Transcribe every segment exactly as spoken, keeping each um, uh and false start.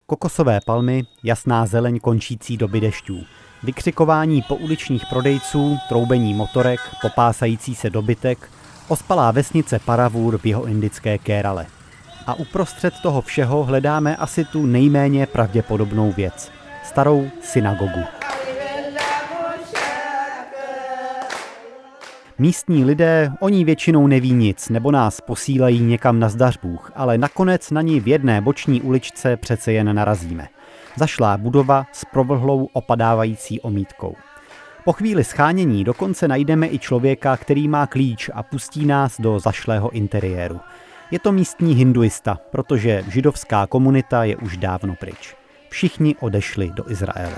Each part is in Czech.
Kokosové palmy, jasná zeleň končící doby dešťů. Vykřikování pouličních prodejců, troubení motorek, popásající se dobytek, ospalá vesnice Paravur v jihoindické Kérale. A uprostřed toho všeho hledáme asi tu nejméně pravděpodobnou věc. Starou synagogu. Místní lidé o ní většinou neví nic, nebo nás posílají někam na zdařbůh, ale nakonec na ní v jedné boční uličce přece jen narazíme. Zašlá budova s provlhlou opadávající omítkou. Po chvíli schánění dokonce najdeme i člověka, který má klíč a pustí nás do zašlého interiéru. Je to místní hinduista, protože židovská komunita je už dávno pryč. Všichni odešli do Izraele.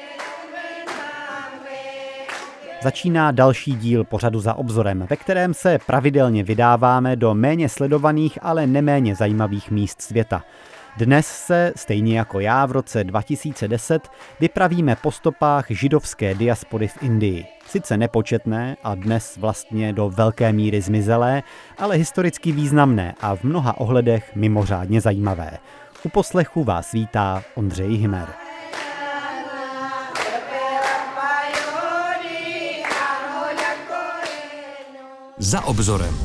Začíná další díl pořadu Za obzorem, ve kterém se pravidelně vydáváme do méně sledovaných, ale neméně zajímavých míst světa. Dnes se, stejně jako já v roce dva tisíce deset, vypravíme po stopách židovské diaspory v Indii. Sice nepočetné a dnes vlastně do velké míry zmizelé, ale historicky významné a v mnoha ohledech mimořádně zajímavé. U poslechu vás vítá Ondřej Hymer. Za obzorem.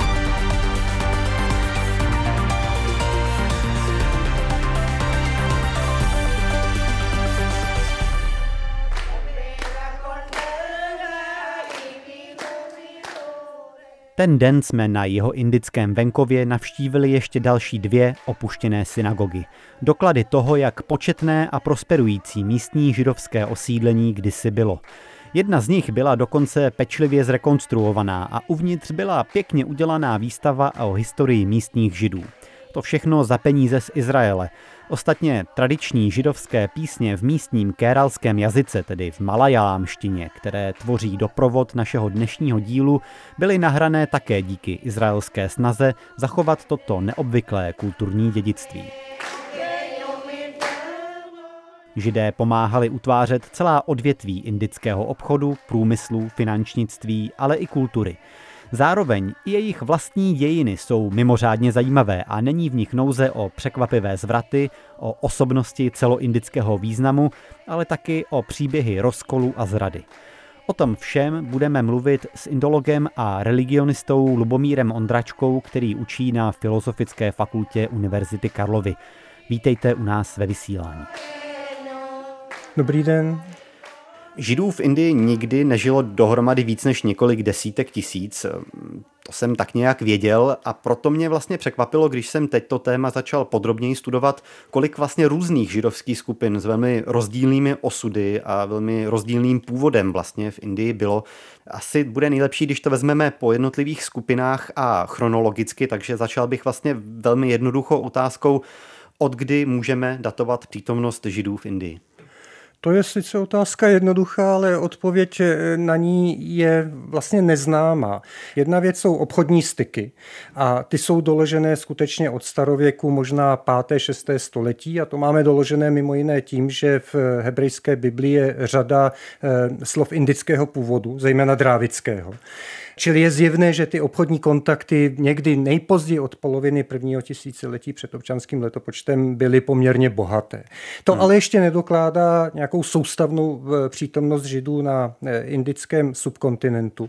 Ten den jsme na jihoindickém venkově navštívili ještě další dvě opuštěné synagogy. Doklady toho, jak početné a prosperující místní židovské osídlení kdysi bylo. Jedna z nich byla dokonce pečlivě zrekonstruovaná a uvnitř byla pěkně udělaná výstava o historii místních židů. To všechno za peníze z Izraele. Ostatně tradiční židovské písně v místním kéralském jazyce, tedy v malajalámštině, které tvoří doprovod našeho dnešního dílu, byly nahrané také díky izraelské snaze zachovat toto neobvyklé kulturní dědictví. Židé pomáhali utvářet celá odvětví indického obchodu, průmyslu, finančnictví, ale i kultury. Zároveň i jejich vlastní dějiny jsou mimořádně zajímavé a není v nich nouze o překvapivé zvraty, o osobnosti celoindického významu, ale taky o příběhy rozkolu a zrady. O tom všem budeme mluvit s indologem a religionistou Lubomírem Ondračkou, který učí na Filozofické fakultě Univerzity Karlovy. Vítejte u nás ve vysílání. Dobrý den. Židů v Indii nikdy nežilo dohromady víc než několik desítek tisíc. To jsem tak nějak věděl a proto mě vlastně překvapilo, když jsem teď to téma začal podrobněji studovat, kolik vlastně různých židovských skupin s velmi rozdílnými osudy a velmi rozdílným původem vlastně v Indii bylo. Asi bude nejlepší, když to vezmeme po jednotlivých skupinách a chronologicky, takže začal bych vlastně velmi jednoduchou otázkou, od kdy můžeme datovat přítomnost Židů v Indii. To je sice otázka jednoduchá, ale odpověď na ní je vlastně neznámá. Jedna věc jsou obchodní styky a ty jsou doložené skutečně od starověku, možná páté, šesté století a to máme doložené mimo jiné tím, že v hebrejské Biblii je řada slov indického původu, zejména drávického. Čili je zjevné, že ty obchodní kontakty někdy nejpozději od poloviny prvního tisíciletí před občanským letopočtem byly poměrně bohaté. To hmm. ale ještě nedokládá nějakou soustavnou přítomnost Židů na indickém subkontinentu.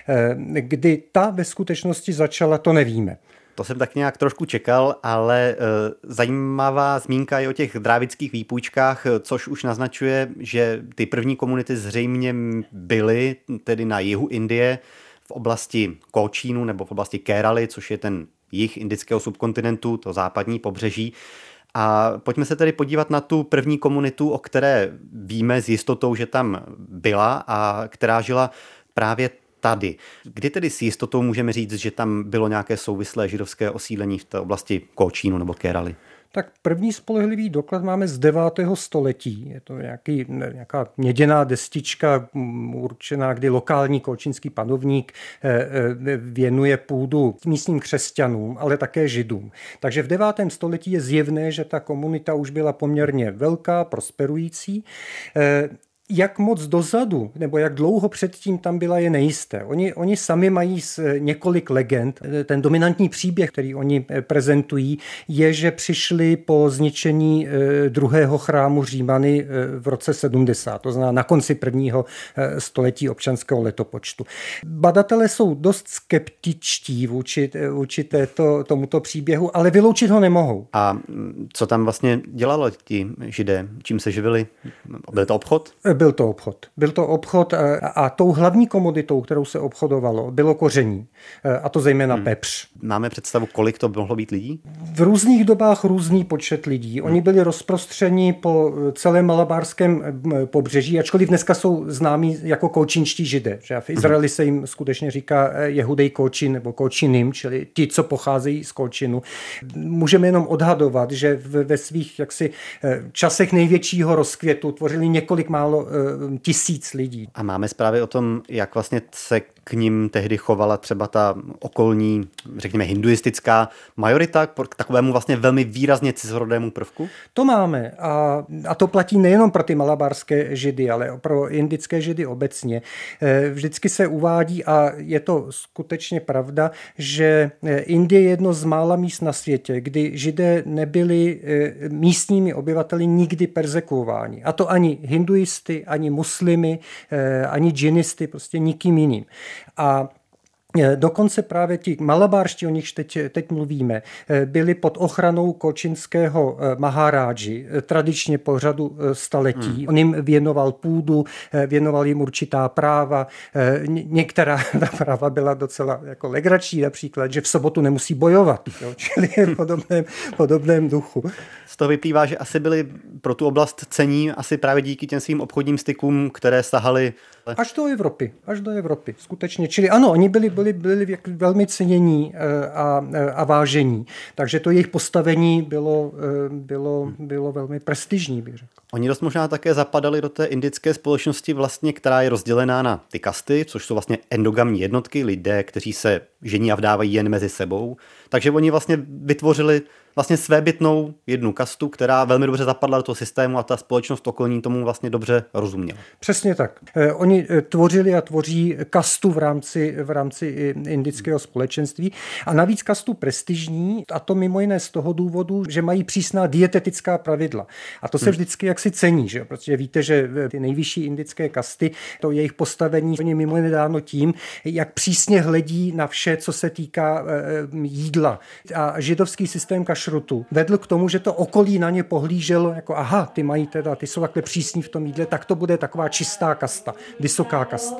Kdy ta ve skutečnosti začala, to nevíme. To jsem tak nějak trošku čekal, ale e, zajímavá zmínka je o těch drávických výpůjčkách, což už naznačuje, že ty první komunity zřejmě byly tedy na jihu Indie, v oblasti Kóčínu nebo v oblasti Kéraly, což je ten jih indického subkontinentu, to západní pobřeží. A pojďme se tedy podívat na tu první komunitu, o které víme s jistotou, že tam byla a která žila právě tady. Kdy tedy s jistotou můžeme říct, že tam bylo nějaké souvislé židovské osídlení v té oblasti Kóčínu nebo Kéraly? Tak první spolehlivý doklad máme z devátého století. Je to nějaký, nějaká měděná destička určená, kdy lokální kolčínský panovník věnuje půdu místním křesťanům, ale také Židům. Takže v devátém století je zjevné, že ta komunita už byla poměrně velká, prosperující. Jak moc dozadu, nebo jak dlouho předtím tam byla, je nejisté. Oni, oni sami mají několik legend. Ten dominantní příběh, který oni prezentují, je, že přišli po zničení druhého chrámu Římany v roce sedmdesát, to znamená na konci prvního století občanského letopočtu. Badatelé jsou dost skeptičtí vůči, vůči této, tomuto příběhu, ale vyloučit ho nemohou. A co tam vlastně dělalo ti Židé? Čím se živili? Byl to obchod? Byl to obchod. Byl to obchod a, a tou hlavní komoditou, kterou se obchodovalo, bylo koření. A to zejména hmm. pepř. Máme představu, kolik to mohlo být lidí? V různých dobách různý počet lidí. Oni byli rozprostřeni po celém malabárském pobřeží, ačkoliv dneska jsou známí jako koučinští Židé. Že v Izraeli se jim skutečně říká Jehudej Koučin nebo Koučinim, čili ti, co pocházejí z Koučinu. Můžeme jenom odhadovat, že ve svých jaksi časech největšího rozkvětu tvořili několik málo tisíc lidí. A máme zprávy o tom, jak vlastně se k nim tehdy chovala třeba ta okolní, řekněme, hinduistická majorita k takovému vlastně velmi výrazně cizorodému prvku? To máme a, a to platí nejenom pro ty malabárské Židy, ale pro indické Židy obecně. Vždycky se uvádí, a je to skutečně pravda, že Indie je jedno z mála míst na světě, kdy Židé nebyli místními obyvateli nikdy perzekuováni. A to ani hinduisty, ani muslimy, ani džinisty, prostě nikým jiným. A dokonce právě ti malabárští, o nichž teď, teď mluvíme, byli pod ochranou kočinského mahárádži tradičně po řadu staletí. Hmm. On jim věnoval půdu, věnoval jim určitá práva. Některá ta práva byla docela jako legrační, například, že v sobotu nemusí bojovat, jo, čili v podobném, podobném duchu. Z toho vyplývá, že asi byli pro tu oblast cení asi právě díky těm svým obchodním stykům, které sahaly až do Evropy, až do Evropy, skutečně. Čili ano, oni byli, byli, byli velmi cenění a, a vážení, takže to jejich postavení bylo, bylo, bylo velmi prestižní, bych řekl. Oni dost možná také zapadali do té indické společnosti, vlastně, která je rozdělená na ty kasty, což jsou vlastně endogamní jednotky, lidé, kteří se žení a vdávají jen mezi sebou. Takže oni vlastně vytvořili vlastně svébytnou jednu kastu, která velmi dobře zapadla do toho systému a ta společnost okolní tomu vlastně dobře rozuměla. Přesně tak. Oni tvořili a tvoří kastu v rámci, v rámci indického společenství a navíc kastu prestižní, a to mimo jiné z toho důvodu, že mají přísná dietetická pravidla. A to se vždycky jaksi cení, že? Protože víte, že ty nejvyšší indické kasty, to jejich postavení je mimo jiné dáno tím, jak přísně hledí na vše, co se týká jídla. A židovský systém kašrutu vedl k tomu, že to okolí na ně pohlíželo jako aha, ty mají teda, ty jsou takhle přísní v tom jídle, tak to bude taková čistá kasta, vysoká kasta.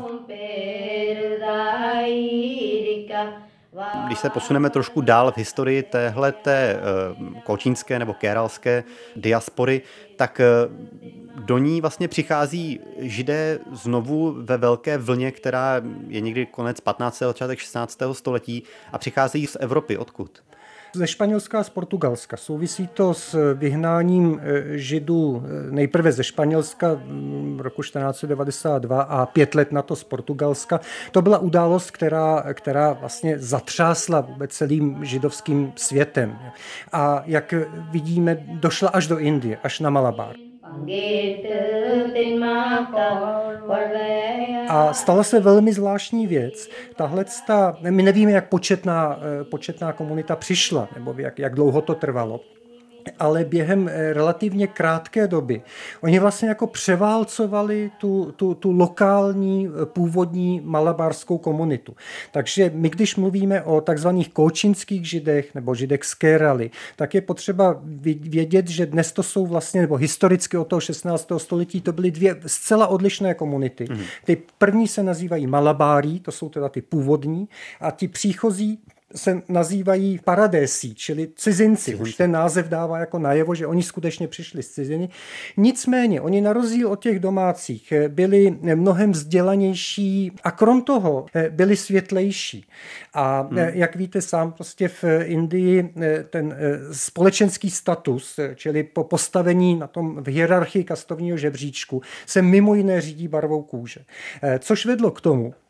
Když se posuneme trošku dál v historii téhleté kočínské nebo kéralské diaspory, tak do ní vlastně přichází Židé znovu ve velké vlně, která je někdy konec patnáctého začátek šestnáctého století a přicházejí z Evropy. Odkud? Ze Španělska a z Portugalska. Souvisí to s vyhnáním Židů nejprve ze Španělska v roku čtrnáct set devadesát dva a pět let na to z Portugalska. To byla událost, která, která vlastně zatřásla vůbec celým židovským světem. A jak vidíme, došla až do Indie, až na Malabar. A stala se velmi zvláštní věc. Tahlecta, my nevíme, jak početná, početná komunita přišla, nebo jak, jak dlouho to trvalo. Ale během relativně krátké doby oni vlastně jako převálcovali tu, tu, tu lokální původní malabárskou komunitu. Takže my, když mluvíme o takzvaných koučinských Židech nebo Židech z Kéraly, tak je potřeba vědět, že dnes to jsou vlastně, nebo historicky od toho šestnáctého století, to byly dvě zcela odlišné komunity. Mm. Ty první se nazývají Malabárí, to jsou teda ty původní, a ti příchozí se nazývají paradésí, čili cizinci. Už ten název dává jako najevo, že oni skutečně přišli z ciziny. Nicméně, oni na rozdíl od těch domácích byli mnohem vzdělanější a krom toho byli světlejší. A hmm. jak víte sám, prostě v Indii ten společenský status, čili po postavení na tom v hierarchii kastovního žebříčku, se mimo jiné řídí barvou kůže. Což vedlo k tomu,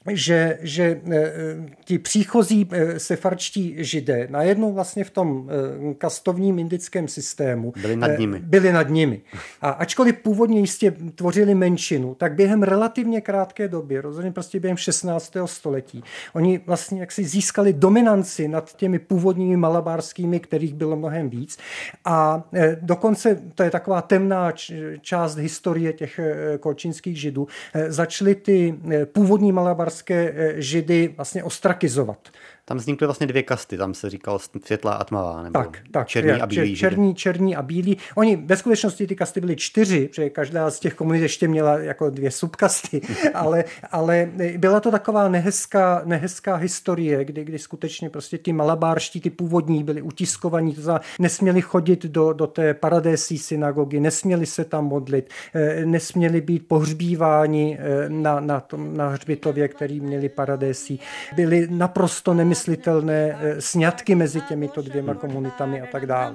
že, že ti příchozí sefarčtí židé najednou vlastně v tom kastovním indickém systému byli nad nimi. Byli nad nimi. A ačkoliv původně jistě tvořili menšinu, tak během relativně krátké doby, rozhodně prostě během šestnáctého století, oni vlastně jaksi získali dominanci nad těmi původními malabárskými, kterých bylo mnohem víc. A dokonce, to je taková temná část historie těch kolčínských židů, začaly ty původní malabárské židy vlastně ostrakizovat. Tam vznikly vlastně dvě kasty, tam se říkalo světlá a tmavá, nebo tak, tak, černí je, a bílí černí, černí a bílí. Oni ve skutečnosti ty kasty byly čtyři, protože každá z těch komunit ještě měla jako dvě subkasty, ale, ale byla to taková nehezká, nehezká historie, kdy, kdy skutečně prostě ti malabárští, ty původní byli utiskovaní, to znamená, nesměli chodit do, do té paradésí synagogy, nesměli se tam modlit, nesměli být pohřbíváni na, na, tom, na hřbitově, který měli paradésí. Byli naprosto nemyslitelné sňatky mezi těmito dvěma komunitami a tak dále.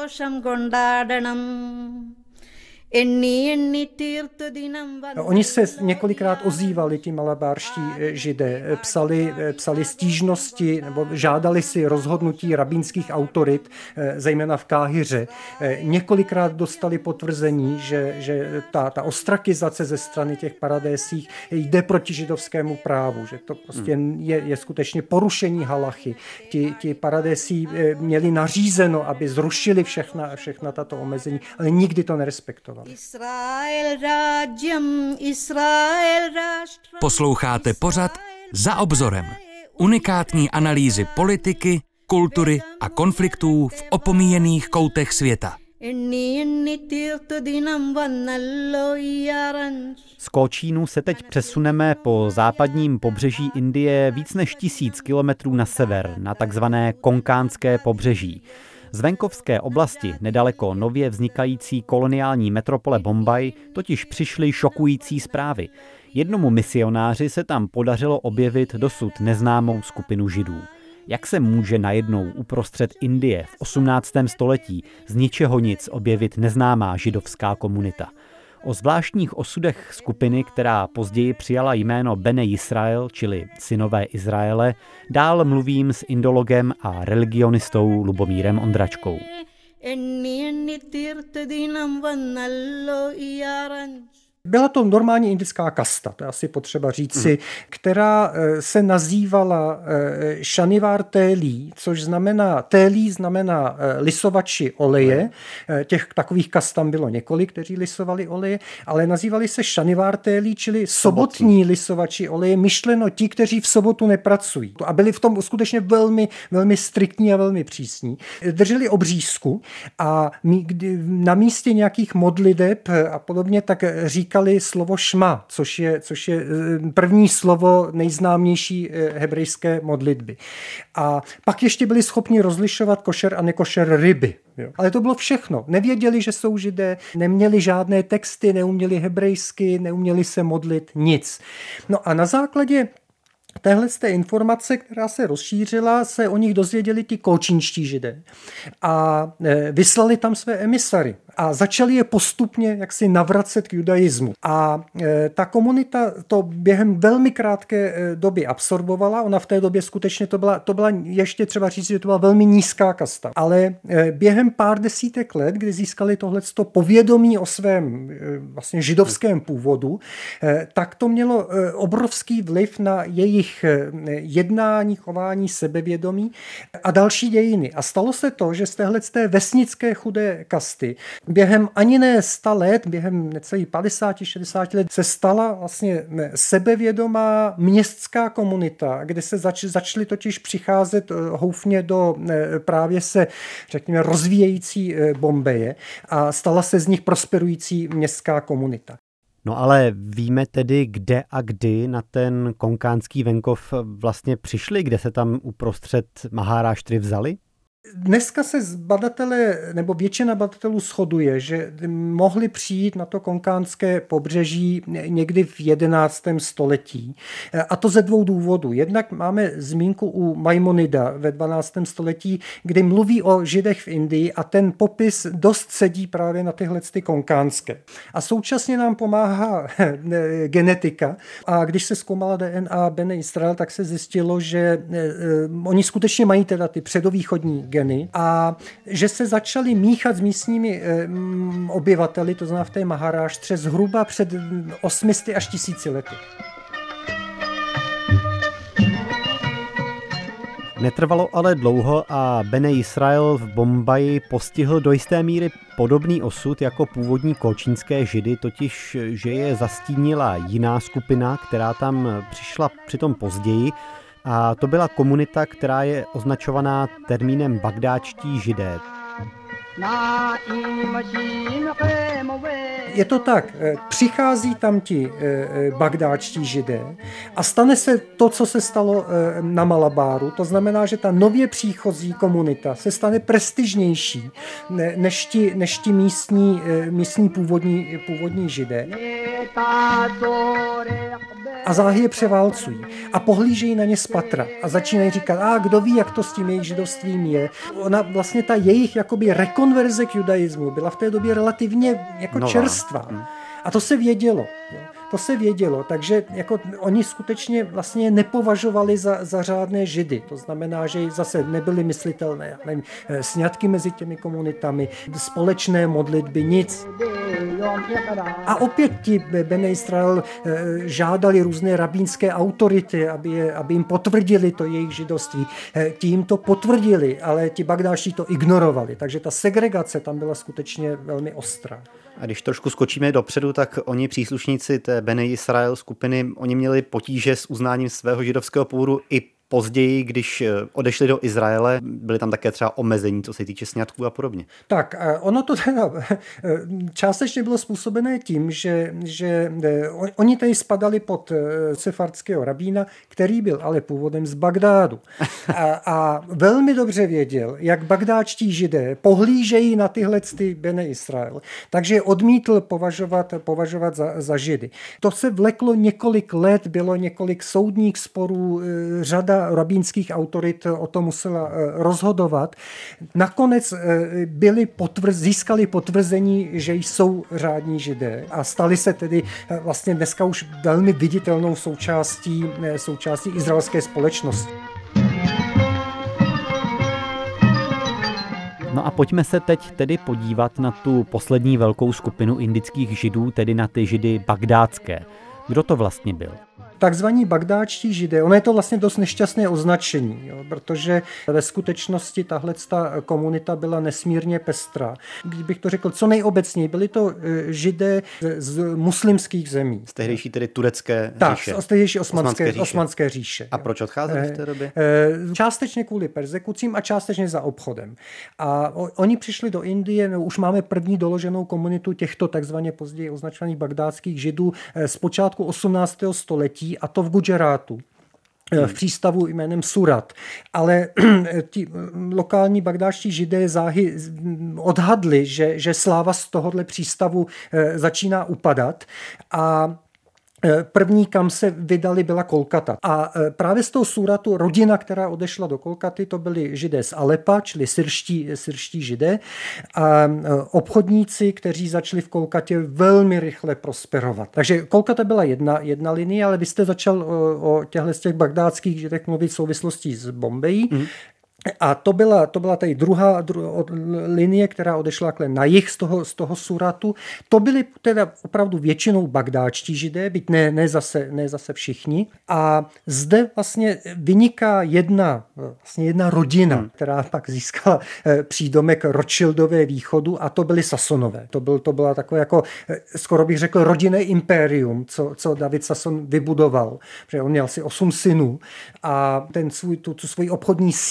Oni se několikrát ozývali, ti malabárští židé, psali, psali stížnosti nebo žádali si rozhodnutí rabínských autorit, zejména v Káhiře. Několikrát dostali potvrzení, že, že ta, ta ostrakizace ze strany těch paradésích jde proti židovskému právu, že to prostě je, je skutečně porušení halachy. Ti, ti paradésí měli nařízeno, aby zrušili všechna, všechna tato omezení, ale nikdy to nerespektovali. Posloucháte pořad Za obzorem. Unikátní analýzy politiky, kultury a konfliktů v opomíjených koutech světa. Z Kolčínu se teď přesuneme po západním pobřeží Indie víc než tisíc kilometrů na sever, na takzvané Konkánské pobřeží. Z venkovské oblasti nedaleko nově vznikající koloniální metropole Bombaj totiž přišly šokující zprávy. Jednomu misionáři se tam podařilo objevit dosud neznámou skupinu židů. Jak se může najednou uprostřed Indie v osmnáctém století z ničeho nic objevit neznámá židovská komunita? O zvláštních osudech skupiny, která později přijala jméno Bene Israel, čili synové Izraele, dál mluvím s indologem a religionistou Lubomírem Ondračkou. Byla to normální indická kasta, to je asi potřeba říci, mm. která se nazývala Shanivar Télí, což znamená, Télí znamená lisovači oleje, těch takových kast tam bylo několik, kteří lisovali oleje, ale nazývali se Shanivar Télí, čili sobotní lisovači oleje, myšleno ti, kteří v sobotu nepracují. A byli v tom skutečně velmi, velmi striktní a velmi přísní. Drželi obřízku a na místě nějakých modliteb a podobně tak říkali slovo šma, což je, což je první slovo nejznámější hebrejské modlitby. A pak ještě byli schopni rozlišovat košer a nekošer ryby. Jo. Ale to bylo všechno. Nevěděli, že jsou židé, neměli žádné texty, neuměli hebrejsky, neuměli se modlit, nic. No a na základě téhle z té informace, která se rozšířila, se o nich dozvěděli ti kolčínští židé a vyslali tam své emisary a začali je postupně jaksi navracet k judaismu. A ta komunita to během velmi krátké doby absorbovala. Ona v té době skutečně to byla, to byla ještě třeba říct, že to byla velmi nízká kasta. Ale během pár desítek let, kdy získali tohleto povědomí o svém vlastně židovském původu, tak to mělo obrovský vliv na jejich jednání, chování, sebevědomí a další dějiny. A stalo se to, že z téhleté vesnické chudé kasty během ani ne sta let, během necelých padesát šedesát let se stala vlastně sebevědomá městská komunita, kde se zač, začaly totiž přicházet houfně do právě se, řekněme, rozvíjející Bombeje a stala se z nich prosperující městská komunita. No ale víme tedy, kde a kdy na ten konkánský venkov vlastně přišli, kde se tam uprostřed Maháráštry vzali? Dneska se badatelé, nebo většina badatelů shoduje, že mohli přijít na to konkánské pobřeží někdy v jedenáctém století. A to ze dvou důvodů. Jednak máme zmínku u Maimonida ve dvanáctém století, kdy mluví o Židech v Indii a ten popis dost sedí právě na tyhle ty konkánské. A současně nám pomáhá genetika. A když se zkoumala D N A Bene Israel, tak se zjistilo, že oni skutečně mají teda ty předovýchodní geny a že se začali míchat s místními obyvateli, to znamená v té Maharáštře, zhruba před osmi sty až tisíci lety. Netrvalo ale dlouho a Bene Israel v Bombaji postihl do jisté míry podobný osud jako původní kočínské Židy, totiž že je zastínila jiná skupina, která tam přišla přitom později, a to byla komunita, která je označovaná termínem bagdáčtí Židé. Je to tak, přichází tam ti bagdáčtí Židé a stane se to, co se stalo na Malabáru. To znamená, že ta nově příchozí komunita se stane prestižnější než ti, než ti místní, místní původní, původní Židé. A záhy je převálcují a pohlížejí na ně z patra a začínají říkat, a kdo ví, jak to s tím jejich židovstvím je. Ona vlastně ta jejich jakoby rekonverze k judaismu byla v té době relativně jako nová. Čerstvá. A to se vědělo. Jo. To se vědělo, takže jako oni skutečně vlastně nepovažovali za, za řádné Židy. To znamená, že zase nebyly myslitelné nevím, sňatky mezi těmi komunitami, společné modlitby, nic. A opět ti Bene Israel žádali různé rabínské autority, aby, je, aby jim potvrdili to jejich židovství. Ti jim to potvrdili, ale ti bagdáši to ignorovali. Takže ta segregace tam byla skutečně velmi ostrá. A když trošku skočíme dopředu, tak oni příslušníci té Bene Israel skupiny, oni měli potíže s uznáním svého židovského původu i později, když odešli do Izraele, byly tam také třeba omezení, co se týče sňatků a podobně. Tak, ono to teda částečně bylo způsobené tím, že, že oni tady spadali pod sefardského rabína, který byl ale původem z Bagdádu. A, a velmi dobře věděl, jak bagdáčtí Židé pohlížejí na tyhle ty Bene Israel. Takže je odmítl považovat, považovat za, za Židy. To se vleklo několik let, bylo několik soudních sporů, řada rabínských autorit o tom musela rozhodovat. Nakonec byli potvrz, získali potvrzení, že jsou řádní Židé a stali se tedy vlastně dneska už velmi viditelnou součástí, součástí izraelské společnosti. No a pojďme se teď tedy podívat na tu poslední velkou skupinu indických Židů, tedy na ty Židy bagdátské. Kdo to vlastně byl? Takzvaní bagdáčtí Židé, ono je to vlastně dost nešťastné označení, jo, protože ve skutečnosti tahle komunita byla nesmírně pestrá. Kdybych to řekl co nejobecněji, byli to Židé z muslimských zemí. Z tehdejší tedy turecké tak, říše. Tak, z tehdejší osmanské, osmanské říše. osmanské říše. A proč odcházeli v té době? Částečně kvůli perzekucím a částečně za obchodem. A oni přišli do Indie, no, už máme první doloženou komunitu těchto takzvaně později označovaných bagdátských Židů z počátku osmnáctého století, a to v Gudžarátu, v přístavu jménem Surat. Ale ti lokální bagdáčtí Židé záhy odhadli, že, že sláva z tohohle přístavu začíná upadat a první, kam se vydali, byla Kolkata. A právě z toho Suratu rodina, která odešla do Kolkaty, to byli Židé z Alepa, čili syrští, syrští Židé. A obchodníci, kteří začali v Kolkatě velmi rychle prosperovat. Takže Kolkata byla jedna, jedna linie, ale vy jste začal o, o těchto z těch bagdátských Židech mluvit v souvislosti s Bombejí. Mm. A to byla, to byla tady druhá, druhá linie, která odešla na jih z toho, z toho Suratu. To byly teda opravdu většinou bagdáčtí Židé, byť ne, ne, zase, ne zase všichni. A zde vlastně vyniká jedna, vlastně jedna rodina, hmm. která pak získala přídomek Rothschildové východu, a to byli Sasonové. To, byl, to byla takové jako, skoro bych řekl, rodinné impérium, co, co David Sason vybudoval. Protože on měl asi osm synů a ten svůj, tu, tu svoji obchodní síť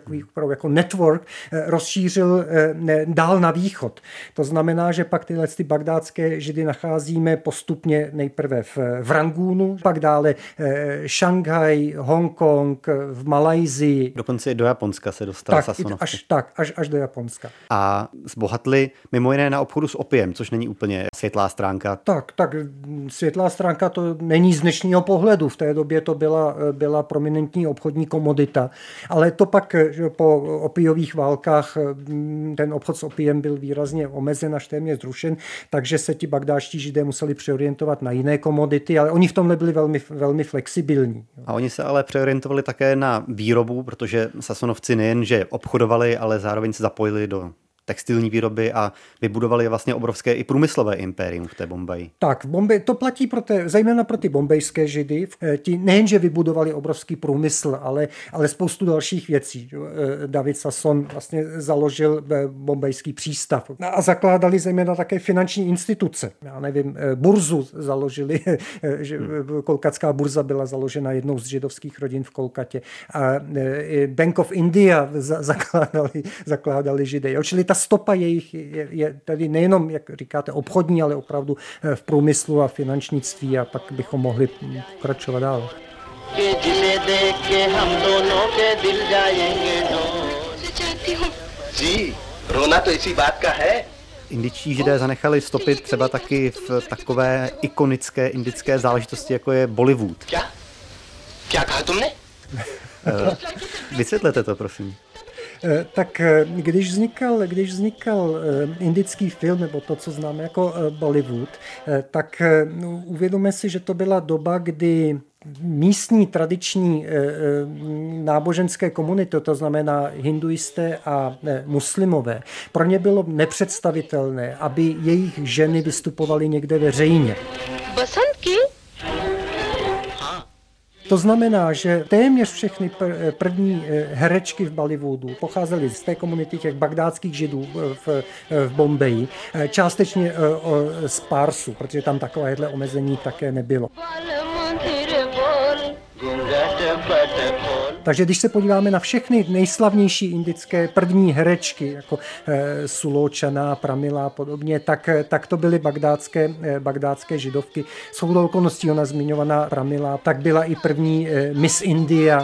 takový jako network rozšířil dál na východ. To znamená, že pak tyhle ty bagdátské Židy nacházíme postupně nejprve v, v Rangúnu, pak dále Šanghaj, Hongkong, v Malajsii. Dokonce i do Japonska se dostal Sasonovci. Až, tak, až, až do Japonska. A zbohatli mimo jiné na obchodu s opiem, což není úplně světlá stránka. Tak, tak světlá stránka to není z dnešního pohledu. V té době to byla, byla prominentní obchodní komodita. Ale to pak že po opiových válkách ten obchod s opiem byl výrazně omezen až téměř zrušen, takže se ti bagdáští Židé museli přeorientovat na jiné komodity, ale oni v tomhle byli velmi, velmi flexibilní. A oni se ale přeorientovali také na výrobu, protože Sasonovci nejen, že obchodovali, ale zároveň se zapojili do textilní výroby a vybudovali vlastně obrovské i průmyslové impérium v té Bombaji. Tak, v Bombay, to platí pro té, zejména pro ty bombejské Židy. Ti nejenže vybudovali obrovský průmysl, ale, ale spoustu dalších věcí. David Sason vlastně založil bombejský přístav a zakládali zejména také finanční instituce. Já nevím, burzu založili, že kolkatská burza byla založena jednou z židovských rodin v Kolkatě. A Bank of India zakládali, zakládali Židy. Čili ta stopa jejich je, je tady nejenom, jak říkáte, obchodní, ale opravdu v průmyslu a finančnictví a pak bychom mohli pokračovat dál. Indičtí Židé zanechali stopy třeba taky v takové ikonické indické záležitosti, jako je Bollywood. Vysvětlete to, prosím. Tak když vznikal, když vznikal indický film, nebo to, co známe jako Bollywood, tak uvědomme si, že to byla doba, kdy místní tradiční náboženské komunity, to znamená hinduisté a muslimové, pro ně bylo nepředstavitelné, aby jejich ženy vystupovaly někde veřejně. To znamená, že téměř všechny první herečky v Bollywoodu pocházely z té komunity těch bagdátských Židů v, v Bombeji, částečně z Pársu, protože tam takovéhle omezení také nebylo. Takže když se podíváme na všechny nejslavnější indické první herečky, jako e, Suločana, Pramila a podobně, tak, tak to byly bagdátské, e, bagdátské židovky. Shodou okolností ona zmiňovaná Pramila, tak byla i první e, Miss India.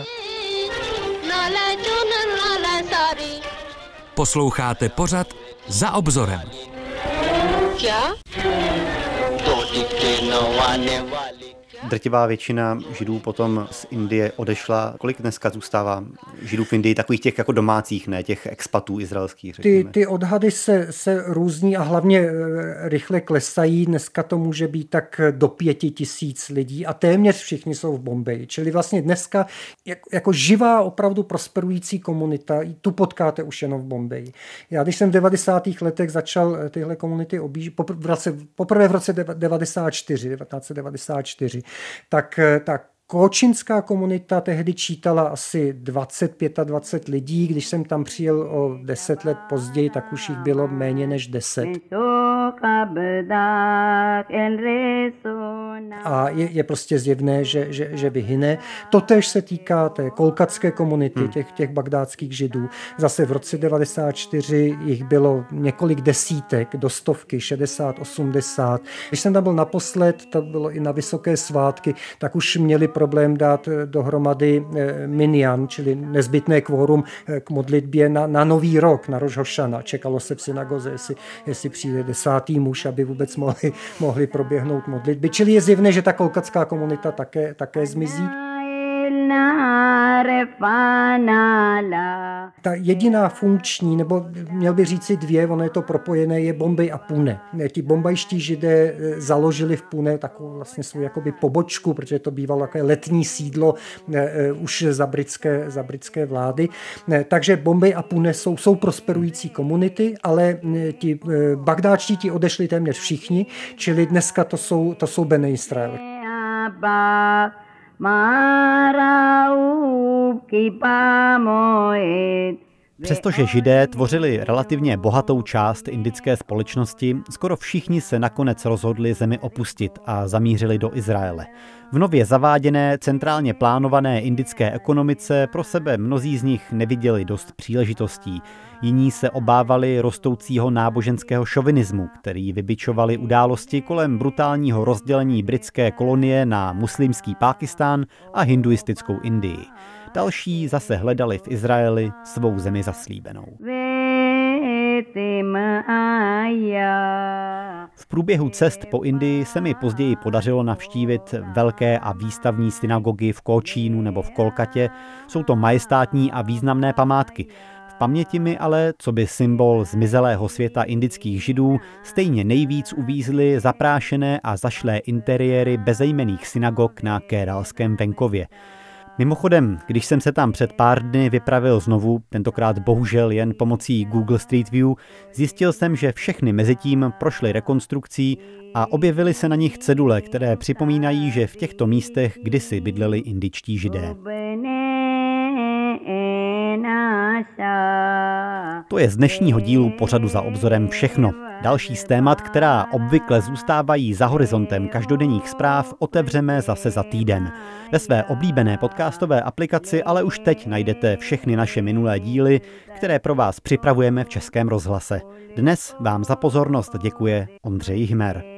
Posloucháte pořad Za obzorem. Drtivá většina Židů potom z Indie odešla. Kolik dneska zůstává Židů v Indii, takových těch jako domácích, ne těch expatů izraelských, řekněme? Ty, ty odhady se, se různí a hlavně rychle klesají. Dneska to může být tak do pěti tisíc lidí a téměř všichni jsou v Bombeji. Čili vlastně dneska jako, jako živá, opravdu prosperující komunita, tu potkáte už jenom v Bombeji. Já když jsem v devadesátých letech začal tyhle komunity objíždět, poprvé v roce devadesát čtyři, devatenáct set devadesát čtyři, tak ta kočinská komunita tehdy čítala asi dvacet dvacet pět lidí. Když jsem tam přijel o deset let později, tak už jich bylo méně než deset. A je, je prostě zjevné, že, že, že vyhyne. Totéž se týká té kolkatské komunity, hmm. těch, těch bagdátských Židů. Zase v roce devadesát čtyři jich bylo několik desítek, do stovky, šedesát, osmdesát. Když jsem tam byl naposled, to bylo i na vysoké svátky, tak už měli problém dát dohromady minyan, čili nezbytné kvórum k modlitbě na, na nový rok, na Roš Hošana. Čekalo se v synagoze, jestli, jestli přijde desátý muž, aby vůbec mohli, mohli proběhnout modlitby. Čili je zjevné, že ta kolkatská komunita také, také zmizí. Ta jediná funkční, nebo měl by říci dvě, ono je to propojené, je Bombaj a Pune. Ti bombajští Židé založili v Pune takovou vlastně svou jakoby pobočku, protože to bývalo takové letní sídlo už za britské, za britské vlády. Takže Bombaj a Pune jsou, jsou prosperující komunity, ale ti bagdáčtí ti odešli téměř všichni, čili dneska to jsou, to jsou Bene Israel. Přestože Židé tvořili relativně bohatou část indické společnosti, skoro všichni se nakonec rozhodli zemi opustit a zamířili do Izraele. V nově zaváděné, centrálně plánované indické ekonomice pro sebe mnozí z nich neviděli dost příležitostí. Jiní se obávali rostoucího náboženského šovinismu, který vybičovali události kolem brutálního rozdělení britské kolonie na muslimský Pákistán a hinduistickou Indii. Další zase hledali v Izraeli svou zemi zaslíbenou. V průběhu cest po Indii se mi později podařilo navštívit velké a výstavní synagogy v Kóčínu nebo v Kolkatě. Jsou to majestátní a významné památky. V paměti mi ale, co by symbol zmizelého světa indických Židů, stejně nejvíc uvízly zaprášené a zašlé interiéry bezejmenných synagog na kéralském venkově. Mimochodem, když jsem se tam před pár dny vypravil znovu, tentokrát bohužel jen pomocí Google Street View, zjistil jsem, že všechny mezitím prošly rekonstrukcí a objevily se na nich cedule, které připomínají, že v těchto místech kdysi bydleli indičtí Židé. To je z dnešního dílu pořadu Za obzorem všechno. Další z témat, která obvykle zůstávají za horizontem každodenních zpráv, otevřeme zase za týden. Ve své oblíbené podcastové aplikaci ale už teď najdete všechny naše minulé díly, které pro vás připravujeme v Českém rozhlase. Dnes vám za pozornost děkuje Ondřej Hmer.